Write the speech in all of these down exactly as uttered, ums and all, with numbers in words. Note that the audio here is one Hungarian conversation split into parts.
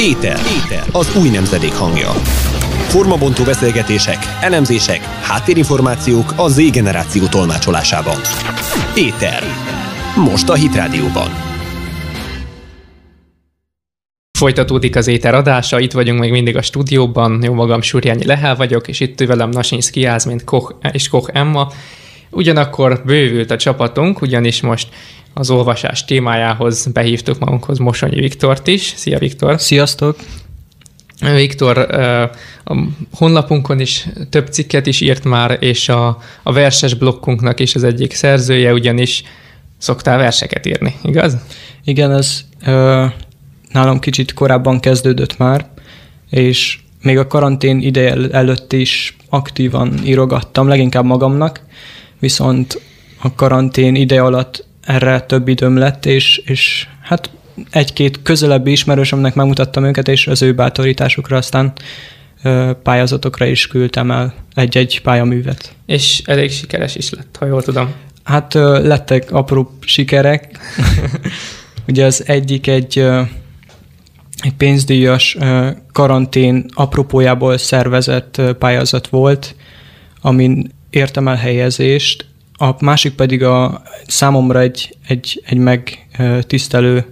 Éter, Éter, az új nemzedék hangja. Formabontó beszélgetések, elemzések, háttérinformációk a Z-generáció tolmácsolásában. Éter. Most a Hit Rádióban. Folytatódik az Éter adása, itt vagyunk még mindig a stúdióban, jó magam Surjányi Lehel vagyok, és itt velem Nasinszki Jászmin Koch és Koch Emma. Ugyanakkor bővült a csapatunk, ugyanis most az olvasás témájához behívtuk magunkhoz Mosonyi Viktort is. Szia, Viktor! Sziasztok! Viktor a honlapunkon is több cikket is írt már, és a, a verses blokkunknak is az egyik szerzője, ugyanis szoktál verseket írni, igaz? Igen, ez ö, nálam kicsit korábban kezdődött már, és még a karantén ideje előtt is aktívan írogattam, leginkább magamnak, viszont a karantén ideje alatt erre több időm lett, és, és hát egy-két közelebbi ismerősömnek megmutattam őket, és az ő bátorításukra aztán ö, pályázatokra is küldtem el egy-egy pályaművet. És elég sikeres is lett, ha jól tudom. Hát ö, lettek apró sikerek. Ugye az egyik egy, ö, egy pénzdíjas ö, karantén apropójából szervezett ö, pályázat volt, amin értem el helyezést, a másik pedig a számomra egy, egy, egy megtisztelő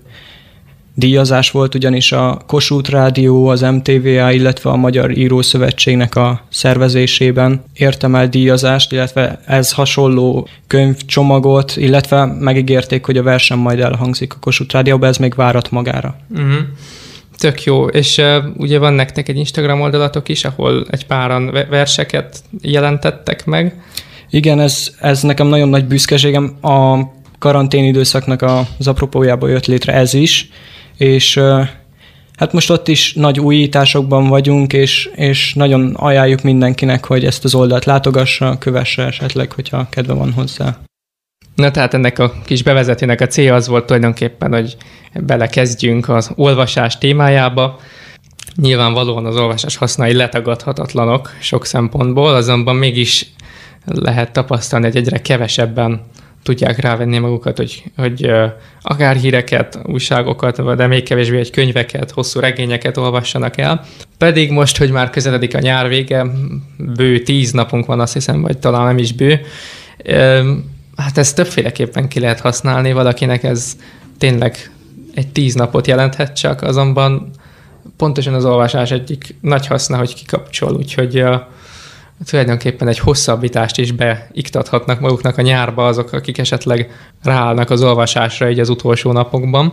díjazás volt, ugyanis a Kossuth Rádió, az em té vé á, illetve a Magyar Írószövetségnek a szervezésében értem el díjazást, illetve ez hasonló könyvcsomagot, illetve megígérték, hogy a versem majd elhangzik a Kossuth Rádióban, ez még várat magára. Uh-huh. Tök jó, és uh, ugye van nektek egy Instagram oldalatok is, ahol egy páran verseket jelentettek meg. Igen, ez, ez nekem nagyon nagy büszkeségem, a karantén időszaknak az apropójából jött létre ez is, és uh, hát most ott is nagy újításokban vagyunk, és, és nagyon ajánljuk mindenkinek, hogy ezt az oldalt látogassa, kövesse esetleg, hogyha kedve van hozzá. Na tehát ennek a kis bevezetőnek a célja az volt tulajdonképpen, hogy belekezdjünk az olvasás témájába. Nyilvánvalóan az olvasás hasznai letagadhatatlanok sok szempontból, azonban mégis lehet tapasztalni, hogy egyre kevesebben tudják rávenni magukat, hogy, hogy uh, akár híreket, újságokat, de még kevésbé egy könyveket, hosszú regényeket olvassanak el. Pedig most, hogy már közeledik a nyár vége, bő tíz napunk van, azt hiszem, vagy talán nem is bő, uh, hát ezt többféleképpen ki lehet használni, valakinek ez tényleg egy tíz napot jelenthet csak, azonban pontosan az olvasás egyik nagy haszna, hogy kikapcsol, úgyhogy uh, tulajdonképpen egy hosszabbítást is beiktathatnak maguknak a nyárba azok, akik esetleg ráállnak az olvasásra így az utolsó napokban.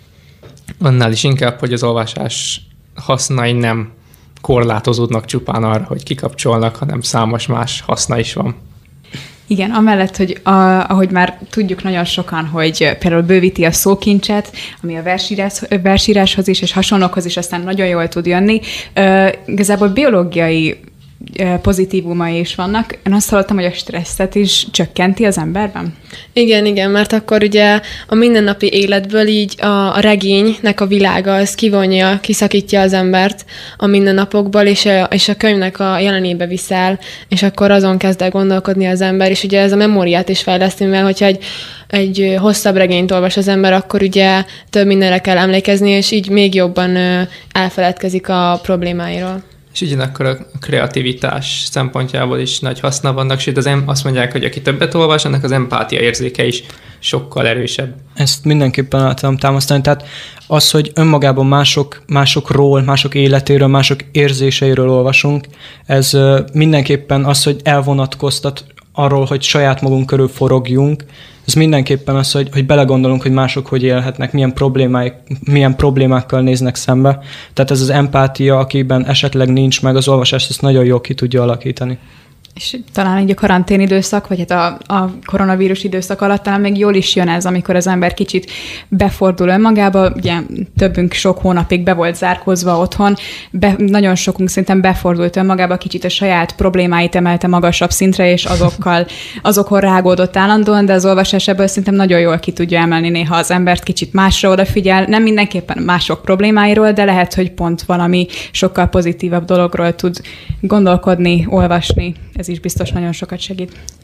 Annál is inkább, hogy az olvasás hasznai nem korlátozódnak csupán arra, hogy kikapcsolnak, hanem számos más haszna is van. Igen, amellett, hogy a, ahogy már tudjuk nagyon sokan, hogy például bővíti a szókincset, ami a versírás, versíráshoz is és hasonlókhoz is aztán nagyon jól tud jönni. Uh, igazából biológiai pozitívumai is vannak. Én azt hallottam, hogy a stresszet is csökkenti az emberben? Igen, igen, mert akkor ugye a mindennapi életből így a, a regénynek a világa, az kivonja, kiszakítja az embert a mindennapokból, és a, és a könyvnek a jelenébe viszel, és akkor azon kezd el gondolkodni az ember, és ugye ez a memóriát is fejleszti, mivel hogyha egy, egy hosszabb regényt olvas az ember, akkor ugye több mindenre kell emlékezni, és így még jobban elfeledkezik a problémáiról. És ugyanakkor a kreativitás szempontjából is nagy haszna vannak, sőt az em- azt mondják, hogy aki többet olvas, annak az empátia érzéke is sokkal erősebb. Ezt mindenképpen el tudom támasztani. Tehát az, hogy önmagában mások, másokról, mások életéről, mások érzéseiről olvasunk, ez mindenképpen az, hogy elvonatkoztat arról, hogy saját magunk körül forogjunk, ez mindenképpen az, hogy, hogy belegondolunk, hogy mások hogy élhetnek, milyen, problémáik, milyen problémákkal néznek szembe. Tehát ez az empátia, akiben esetleg nincs meg, az olvasást, ezt nagyon jól ki tudja alakítani. És talán egy a karantén időszak, vagy hát a, a koronavírus időszak alatt talán még jól is jön ez, amikor az ember kicsit befordul önmagába, ugye többünk sok hónapig be volt zárkózva otthon, be, nagyon sokunk szerintem befordult önmagába, kicsit a saját problémáit emelte magasabb szintre, és azokkal, azokon rágódott állandóan, de az olvasás ebből szerintem nagyon jól ki tudja emelni néha az embert, kicsit másra odafigyel, nem mindenképpen mások problémáiról, de lehet, hogy pont valami sokkal pozitívabb dologról tud gondolkodni, olvasni. Ez is biztos nagyon sokat segít.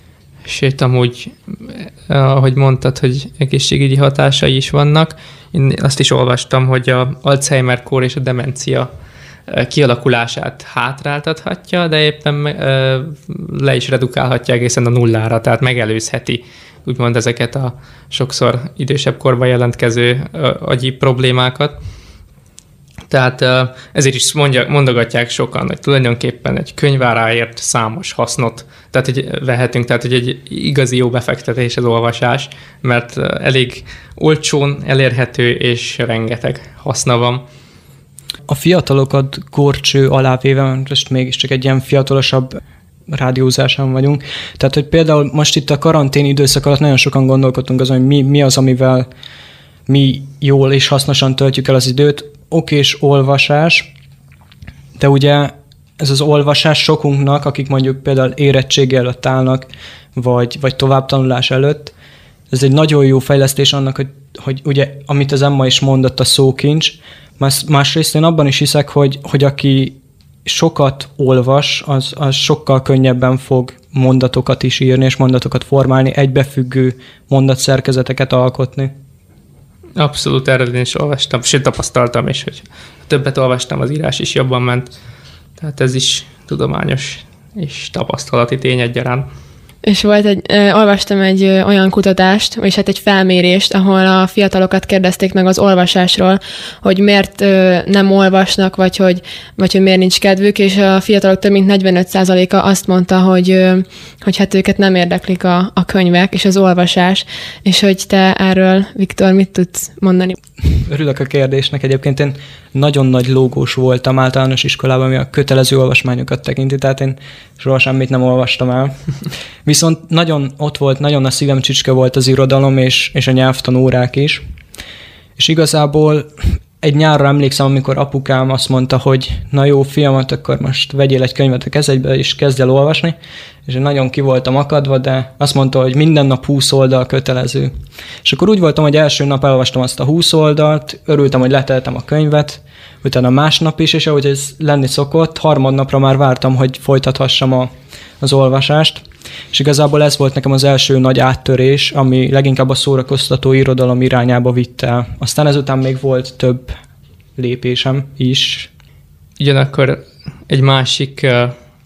sőt, amúgy, ahogy mondtad, hogy egészségügyi hatásai is vannak, én azt is olvastam, hogy a Alzheimer-kór és a demencia kialakulását hátráltathatja, de éppen le is redukálhatja egészen a nullára, tehát megelőzheti úgymond ezeket a sokszor idősebb korban jelentkező agyi problémákat. Tehát ezért is mondja, mondogatják sokan, hogy tulajdonképpen egy könyváráért számos hasznot tehát, hogy vehetünk, tehát hogy egy igazi jó befektetés az olvasás, mert elég olcsón elérhető és rengeteg haszna van. A fiatalokat górcső alá véve, most mégiscsak egy ilyen fiatalosabb rádiózásán vagyunk. Tehát, hogy például most itt a karantén időszak alatt nagyon sokan gondolkodtunk azon, hogy mi, mi az, amivel mi jól és hasznosan töltjük el az időt. Okés olvasás, de ugye ez az olvasás sokunknak, akik mondjuk például érettségi előtt állnak, vagy, vagy továbbtanulás előtt, ez egy nagyon jó fejlesztés annak, hogy, hogy ugye, amit az Emma is mondott, a szókincs. Más, másrészt én abban is hiszek, hogy, hogy aki sokat olvas, az, az sokkal könnyebben fog mondatokat is írni, és mondatokat formálni, egybefüggő mondatszerkezeteket alkotni. Abszolút, erről én is olvastam, sőt tapasztaltam is, hogy többet olvastam, az írás is jobban ment. Tehát ez is tudományos és tapasztalati tény egyaránt. És volt egy, ö, olvastam egy ö, olyan kutatást, és hát egy felmérést, ahol a fiatalokat kérdezték meg az olvasásról, hogy miért ö, nem olvasnak, vagy hogy, vagy hogy miért nincs kedvük, és a fiatalok több mint negyvenöt százaléka azt mondta, hogy, ö, hogy hát őket nem érdeklik a, a könyvek és az olvasás, és hogy te erről, Viktor, mit tudsz mondani? Örülök a kérdésnek. Egyébként én nagyon nagy lógós voltam általános iskolában, ami a kötelező olvasmányokat tekinti, tehát én soha semmit nem olvastam el. Viszont nagyon ott volt, nagyon a szívem csücske volt az irodalom és, és a nyelvtanórák is. És igazából egy nyárra emlékszem, amikor apukám azt mondta, hogy na jó, fiamat, akkor most vegyél egy könyvet a kezedbe, és kezdj el olvasni. És én nagyon ki voltam akadva, de azt mondta, hogy minden nap húsz oldal kötelező. És akkor úgy voltam, hogy első nap elolvastam azt a húsz oldalt, örültem, hogy leteltem a könyvet, utána másnap is, és ahogy ez lenni szokott, harmadnapra már vártam, hogy folytathassam a, az olvasást. És igazából ez volt nekem az első nagy áttörés, ami leginkább a szórakoztató irodalom irányába vitt el. Aztán ezután még volt több lépésem is. Ugyanakkor egy másik uh,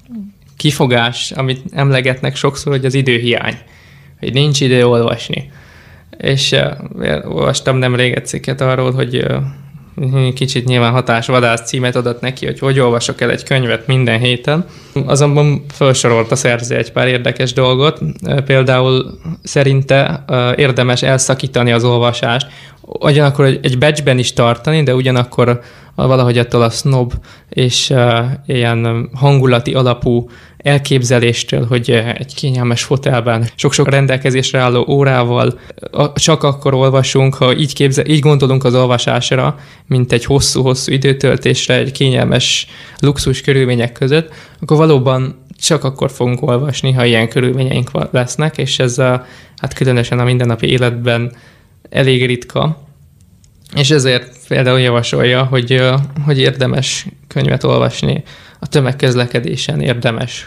kifogás, amit emlegetnek sokszor, hogy az időhiány, hogy nincs idő olvasni. És uh, olvastam nemrég egy cikket arról, hogy uh, kicsit nyilván hatásvadász címet adott neki, hogy hogy olvasok el egy könyvet minden héten. Azonban felsorolt a szerző egy pár érdekes dolgot. Például szerinte érdemes elszakítani az olvasást, ugyanakkor egy batchben is tartani, de ugyanakkor valahogy attól a snob és ilyen hangulati alapú elképzeléstől, hogy egy kényelmes fotelben sok-sok rendelkezésre álló órával csak akkor olvasunk, ha így, képzel, így gondolunk az olvasásra, mint egy hosszú-hosszú időtöltésre, egy kényelmes luxus körülmények között, akkor valóban csak akkor fogunk olvasni, ha ilyen körülményeink lesznek, és ez a, hát különösen a mindennapi életben elég ritka. És ezért például javasolja, hogy, hogy érdemes könyvet olvasni a tömegközlekedésen, érdemes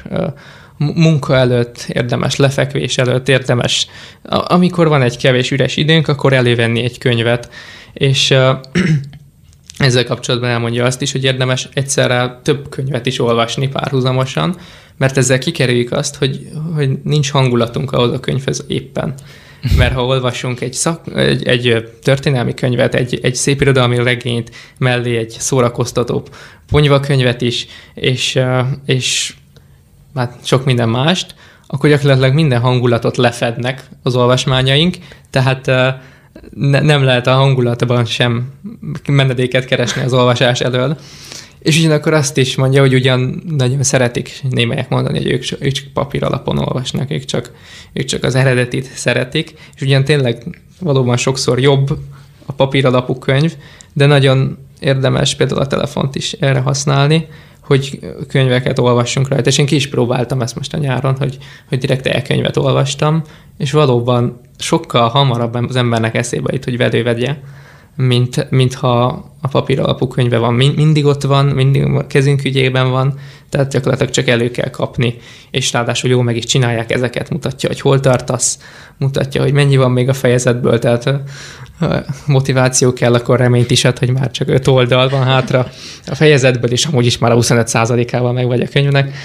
munka előtt, érdemes lefekvés előtt, érdemes, amikor van egy kevés üres időnk, akkor elővenni egy könyvet. És ezzel kapcsolatban elmondja azt is, hogy érdemes egyszerre több könyvet is olvasni párhuzamosan, mert ezzel kikerüljük azt, hogy, hogy nincs hangulatunk ahhoz a könyvhez éppen. Mert ha olvasunk egy, szak, egy, egy történelmi könyvet, egy, egy szép irodalmi regényt, mellé egy szórakoztató ponyvakönyvet is, és, és hát sok minden mást, akkor gyakorlatilag minden hangulatot lefednek az olvasmányaink, tehát ne, nem lehet a hangulatban sem menedéket keresni az olvasás elől. És ugyanakkor azt is mondja, hogy ugyan nagyon szeretik némelyek mondani, hogy ők, ők csak papír alapon olvasnak, ők csak, ők csak az eredetit szeretik, és ugyan tényleg valóban sokszor jobb a papír alapú könyv, de nagyon érdemes például a telefont is erre használni, hogy könyveket olvassunk rajta. És én ki is próbáltam ezt most a nyáron, hogy, hogy direkt elkönyvet olvastam, és valóban sokkal hamarabb az embernek eszébe jut, hogy velővegye, mint, mint ha a papír alapú könyve van, mindig ott van, mindig a kezünk ügyében van, tehát gyakorlatilag csak elő kell kapni, és ráadásul jól meg is csinálják ezeket, mutatja, hogy hol tartasz, mutatja, hogy mennyi van még a fejezetből, tehát motiváció kell, akkor reményt is ad, hogy már csak öt oldal van hátra a fejezetből, és amúgy is már a huszonöt százalékával meg vagy a könyvnek.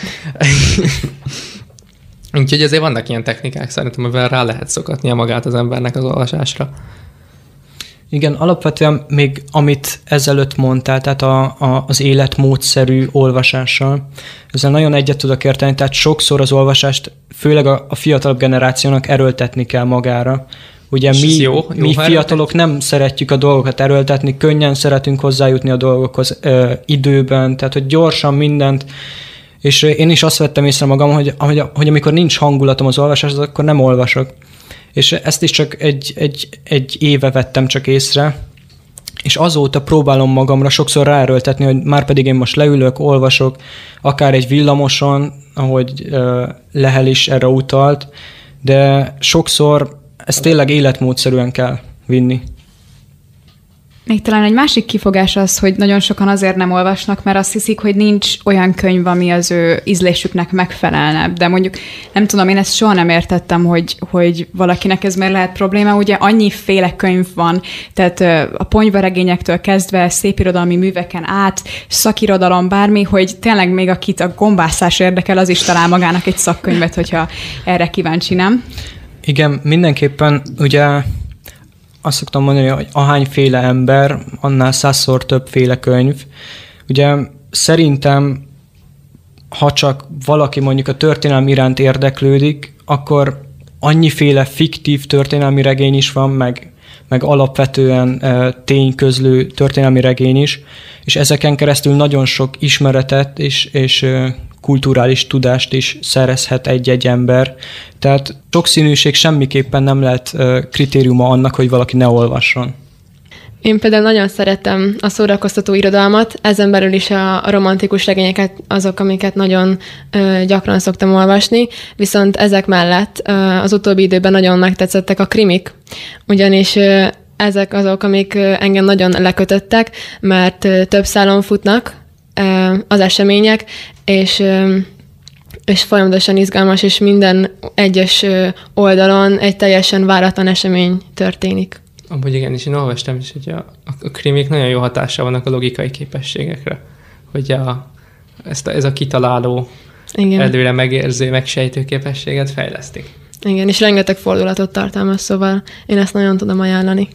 Úgyhogy azért vannak ilyen technikák szerintem, amivel rá lehet szokatnia magát az embernek az olvasásra. Igen, alapvetően még amit ezelőtt mondtál, tehát a, a, az életmódszerű olvasással, ezzel nagyon egyet tudok érteni, tehát sokszor az olvasást, főleg a, a fiatalabb generációnak erőltetni kell magára. Ugye mi, jó, jó, mi fiatalok nem szeretjük a dolgokat erőltetni, könnyen szeretünk hozzájutni a dolgokhoz ö, időben, tehát hogy gyorsan mindent, és én is azt vettem észre magam, hogy, hogy, hogy amikor nincs hangulatom az olvasáshoz, akkor nem olvasok. És ezt is csak egy, egy, egy éve vettem csak észre, és azóta próbálom magamra sokszor ráerőltetni, hogy már pedig én most leülök, olvasok, akár egy villamoson, ahogy uh, Lehel is erre utalt, de sokszor ezt tényleg életmódszerűen kell vinni. Még talán egy másik kifogás az, hogy nagyon sokan azért nem olvasnak, mert azt hiszik, hogy nincs olyan könyv, ami az ő ízlésüknek megfelelne. De mondjuk, nem tudom, én ezt soha nem értettem, hogy, hogy valakinek ez miért lehet probléma. Ugye annyiféle könyv van, tehát a ponyvaregényektől kezdve szépirodalmi műveken át, szakirodalom, bármi, hogy tényleg még akit a gombászás érdekel, az is talál magának egy szakkönyvet, hogyha erre kíváncsi, nem? Igen, mindenképpen ugye azt szoktam mondani, hogy ahányféle ember, annál százszor többféle könyv. Ugye szerintem, ha csak valaki mondjuk a történelem iránt érdeklődik, akkor annyiféle fiktív történelmi regény is van, meg, meg alapvetően e, tényközlő történelmi regény is, és ezeken keresztül nagyon sok ismeretet és, és e, kulturális tudást is szerezhet egy-egy ember. Tehát sokszínűség semmiképpen nem lehet uh, kritériuma annak, hogy valaki ne olvasson. Én például nagyon szeretem a szórakoztató irodalmat, ezen belül is a, a romantikus regényeket, azok, amiket nagyon ö, gyakran szoktam olvasni, viszont ezek mellett ö, az utóbbi időben nagyon megtetszettek a krimik, ugyanis ö, ezek azok, amik ö, engem nagyon lekötöttek, mert ö, több szálon futnak ö, az események, és, ö, és folyamatosan izgalmas, és minden egyes ö, oldalon egy teljesen váratlan esemény történik. Amúgy igen, és én olvastam is, hogy a, a krimik nagyon jó hatással vannak a logikai képességekre, hogy a, ezt a, ez a kitaláló, igen, előre megérző, megsejtő képességet fejlesztik. Igen, és rengeteg fordulatot tartalmaz, szóval én ezt nagyon tudom ajánlani.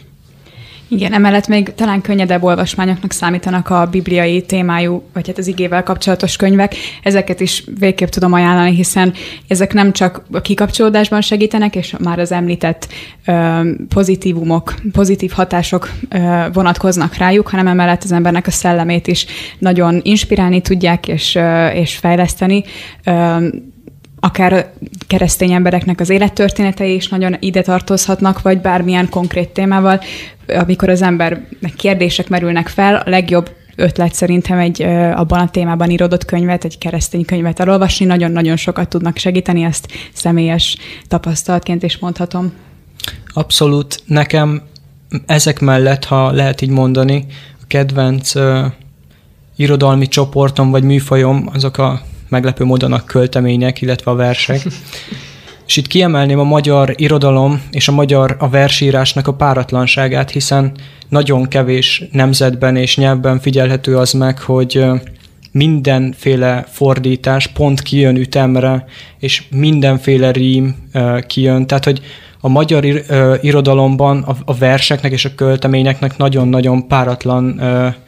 Igen, emellett még talán könnyedebb olvasmányoknak számítanak a bibliai témájú, vagy hát az igével kapcsolatos könyvek. Ezeket is végképp tudom ajánlani, hiszen ezek nem csak a kikapcsolódásban segítenek, és már az említett ö, pozitívumok, pozitív hatások ö, vonatkoznak rájuk, hanem emellett az embernek a szellemét is nagyon inspirálni tudják, és, ö, és fejleszteni. Ö, akár keresztény embereknek az élettörténetei is nagyon ide tartozhatnak, vagy bármilyen konkrét témával, amikor az embernek kérdések merülnek fel, a legjobb ötlet szerintem egy abban a témában íródott könyvet, egy keresztény könyvet elolvasni, nagyon-nagyon sokat tudnak segíteni, ezt személyes tapasztalatként is mondhatom. Abszolút. Nekem ezek mellett, ha lehet így mondani, a kedvenc uh, irodalmi csoportom vagy műfajom, azok a meglepő módon a költemények, illetve a versek. És itt kiemelném a magyar irodalom és a magyar a versírásnak a páratlanságát, hiszen nagyon kevés nemzetben és nyelvben figyelhető az meg, hogy mindenféle fordítás pont kijön ütemre, és mindenféle rím kijön. Tehát, hogy a magyar irodalomban a verseknek és a költeményeknek nagyon-nagyon páratlan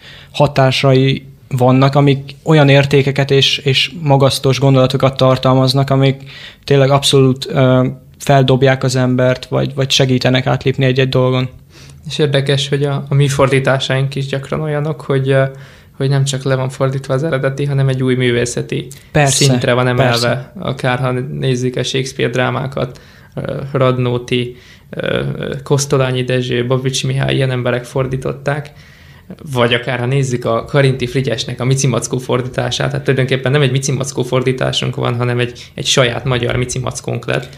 hatásai vannak, amik olyan értékeket és, és magasztos gondolatokat tartalmaznak, amik tényleg abszolút uh, feldobják az embert, vagy, vagy segítenek átlépni egy-egy dolgon. És érdekes, hogy a, a mi fordításaink is gyakran olyanok, hogy, uh, hogy nem csak le van fordítva az eredeti, hanem egy új művészeti persze, szintre van emelve. Persze. Akár ha nézzük a Shakespeare drámákat, uh, Radnóti, uh, Kosztolányi Dezső, Babics Mihály, ilyen emberek fordították, vagy akár ha nézzük a Karinti Frigyesnek a Micimackó fordítását, hát tulajdonképpen nem egy Micimackó fordításunk van, hanem egy, egy saját magyar Micimackónk lett.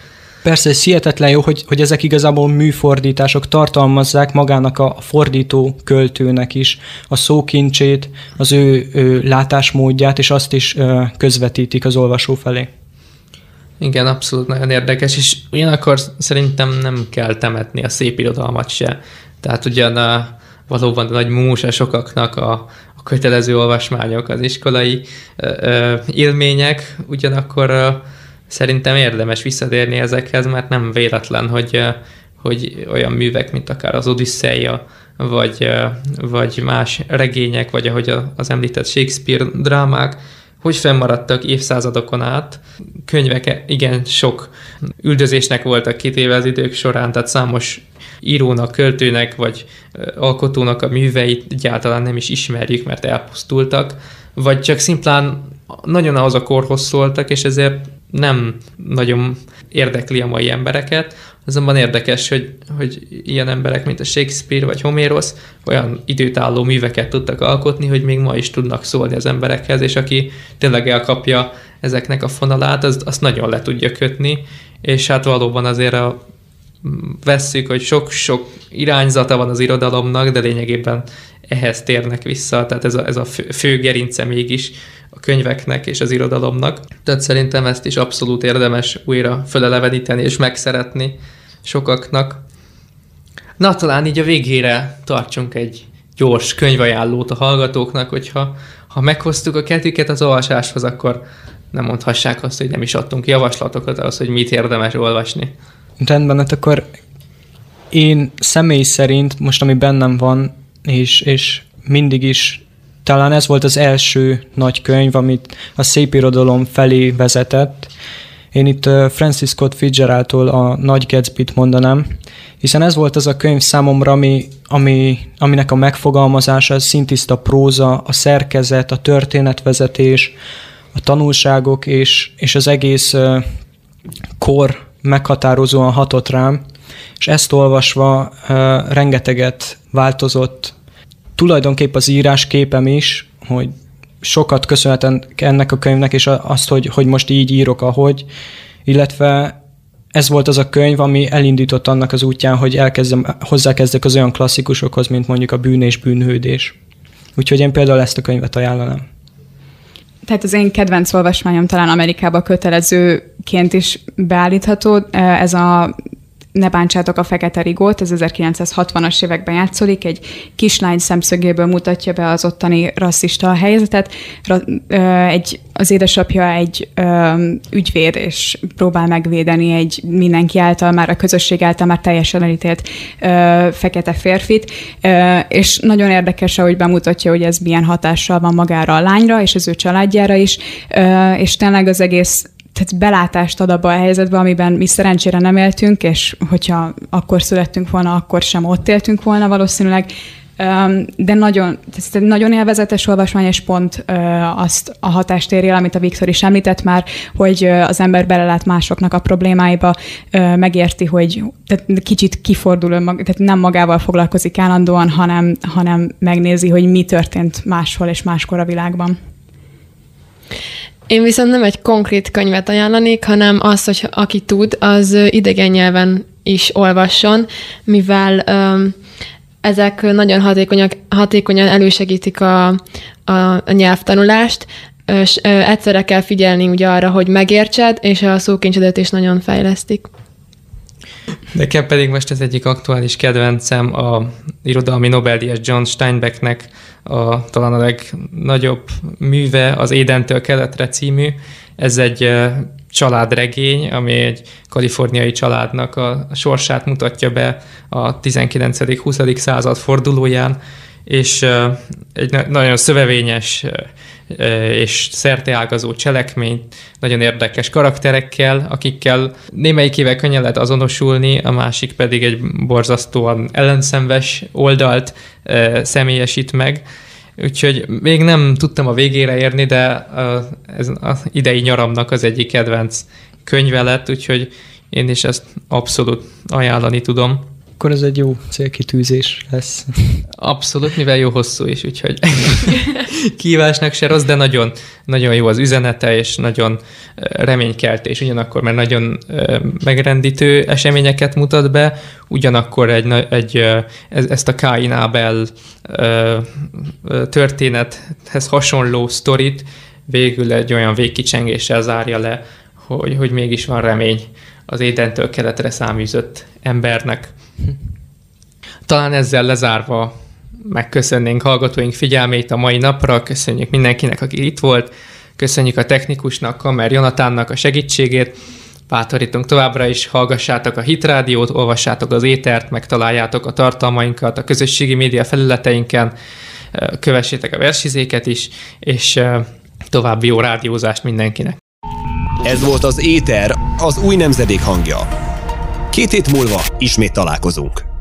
Persze, ez hihetetlen jó, hogy, hogy ezek igazából műfordítások tartalmazzák magának a fordító költőnek is a szókincsét, az ő, ő látásmódját, és azt is ö, közvetítik az olvasó felé. Igen, abszolút nagyon érdekes, és ugyanakkor szerintem nem kell temetni a szép irodalmat se. Tehát ugyan a, valóban a nagy músa sokaknak a, a kötelező olvasmányok, az iskolai ö, ö, élmények, ugyanakkor ö, szerintem érdemes visszatérni ezekhez, mert nem véletlen, hogy, ö, hogy olyan művek, mint akár az Odüsszeia, vagy, ö, vagy más regények, vagy ahogy az említett Shakespeare drámák, hogy fennmaradtak évszázadokon át. Könyvek igen sok üldözésnek voltak kitéve az idők során, tehát számos írónak, költőnek vagy alkotónak a műveit egyáltalán nem is ismerjük, mert elpusztultak, vagy csak szimplán nagyon ahhoz a korhoz szóltak, és ezért nem nagyon érdekli a mai embereket. Azonban érdekes, hogy, hogy ilyen emberek, mint a Shakespeare vagy Homérosz olyan időtálló műveket tudtak alkotni, hogy még ma is tudnak szólni az emberekhez, és aki tényleg elkapja ezeknek a fonalát, azt, azt nagyon le tudja kötni, és hát valóban azért a, vesszük, hogy sok-sok irányzata van az irodalomnak, de lényegében ehhez térnek vissza, tehát ez a, ez a fő, fő gerince mégis a könyveknek és az irodalomnak. Tehát szerintem ezt is abszolút érdemes újra föleleveníteni és megszeretni sokaknak. Na, talán így a végére tartsunk egy gyors könyvajánlót a hallgatóknak, hogyha ha meghoztuk a kedvüket az olvasáshoz, akkor nem mondhassák azt, hogy nem is adtunk javaslatokat ahhoz, hogy mit érdemes olvasni. Rendben, hát akkor én személy szerint, most ami bennem van, és, és mindig is talán ez volt az első nagy könyv, amit a szép irodalom felé vezetett. Én itt Francis Scott Fitzgeraldtól a Nagy Gatsbyt mondanám, hiszen ez volt az a könyv számomra, ami, ami, aminek a megfogalmazása, szintiszta próza, a szerkezet, a történetvezetés, a tanulságok és, és az egész uh, kor meghatározóan hatott rám, és ezt olvasva uh, rengeteget változott. Tulajdonképp az írás képem is, hogy sokat köszönhetek ennek a könyvnek, és azt, hogy, hogy most így írok, ahogy, illetve ez volt az a könyv, ami elindított annak az útján, hogy elkezdem, hozzákezdek az olyan klasszikusokhoz, mint mondjuk a Bűn és bűnhődés. Úgyhogy én például ezt a könyvet ajánlanám. Tehát az én kedvenc olvasmányom talán Amerikában kötelezőként is beállítható. Ez a Ne bántsátok a fekete rigót, ez ezerkilencszázhatvanas években játszódik, egy kislány szemszögéből mutatja be az ottani rasszista helyzetet. Egy, az édesapja egy ö, ügyvéd, és próbál megvédeni egy mindenki által, már a közösség által már teljesen elítélt ö, fekete férfit, ö, és nagyon érdekes, ahogy bemutatja, hogy ez milyen hatással van magára a lányra, és az ő családjára is, ö, és tényleg az egész tehát belátást ad abba a helyzetbe, amiben mi szerencsére nem éltünk, és hogyha akkor születtünk volna, akkor sem ott éltünk volna valószínűleg. De nagyon, ez egy nagyon élvezetes olvasmány, és pont azt a hatást éri el, amit a Viktor is említett már, hogy az ember belelát másoknak a problémáiba, megérti, hogy tehát kicsit kifordul önmag, tehát nem magával foglalkozik állandóan, hanem, hanem megnézi, hogy mi történt máshol és máskor a világban. Én viszont nem egy konkrét könyvet ajánlanék, hanem azt, hogy aki tud, az idegen nyelven is olvasson, mivel um, ezek nagyon hatékonyak, hatékonyan elősegítik a, a, a nyelvtanulást, és uh, egyszerre kell figyelni ugye arra, hogy megértsed, és a szókincsedet is nagyon fejlesztik. Nekem pedig most ez egyik aktuális kedvencem a irodalmi Nobel-díjas John Steinbecknek a, talán a legnagyobb műve, az Édentől keletre című. Ez egy uh, családregény, ami egy kaliforniai családnak a, a sorsát mutatja be a tizenkilencedik-huszadik század fordulóján, és uh, egy na- nagyon szövevényes uh, és szerteágazó cselekmény, nagyon érdekes karakterekkel, akikkel némelyikével könnyen lehet azonosulni, a másik pedig egy borzasztóan ellenszenves oldalt e, személyesít meg. Úgyhogy még nem tudtam a végére érni, de a, ez az idei nyaramnak az egyik kedvenc könyve lett, úgyhogy én is ezt abszolút ajánlani tudom. akkor ez egy jó célkitűzés lesz. Abszolút, mivel jó hosszú is, úgyhogy kihívásnak se rossz, de nagyon, nagyon jó az üzenete, és nagyon reménykeltés, ugyanakkor, mert nagyon megrendítő eseményeket mutat be, ugyanakkor egy, egy, ezt a Káin Ábel történethez hasonló sztorit végül egy olyan végkicsengéssel zárja le, hogy, hogy mégis van remény az Édentől keletre száműzött embernek. Talán ezzel lezárva megköszönnénk hallgatóink figyelmét a mai napra, köszönjük mindenkinek, aki itt volt, köszönjük a technikusnak, Kamer Jonatánnak a segítségét, bátorítunk továbbra is, hallgassátok a Hit Rádiót, olvassátok az Étert, megtaláljátok a tartalmainkat a közösségi média felületeinken, kövessétek a versizéket is, és további jó rádiózást mindenkinek. Ez volt az Éter, az új nemzedék hangja. Két hét múlva ismét találkozunk.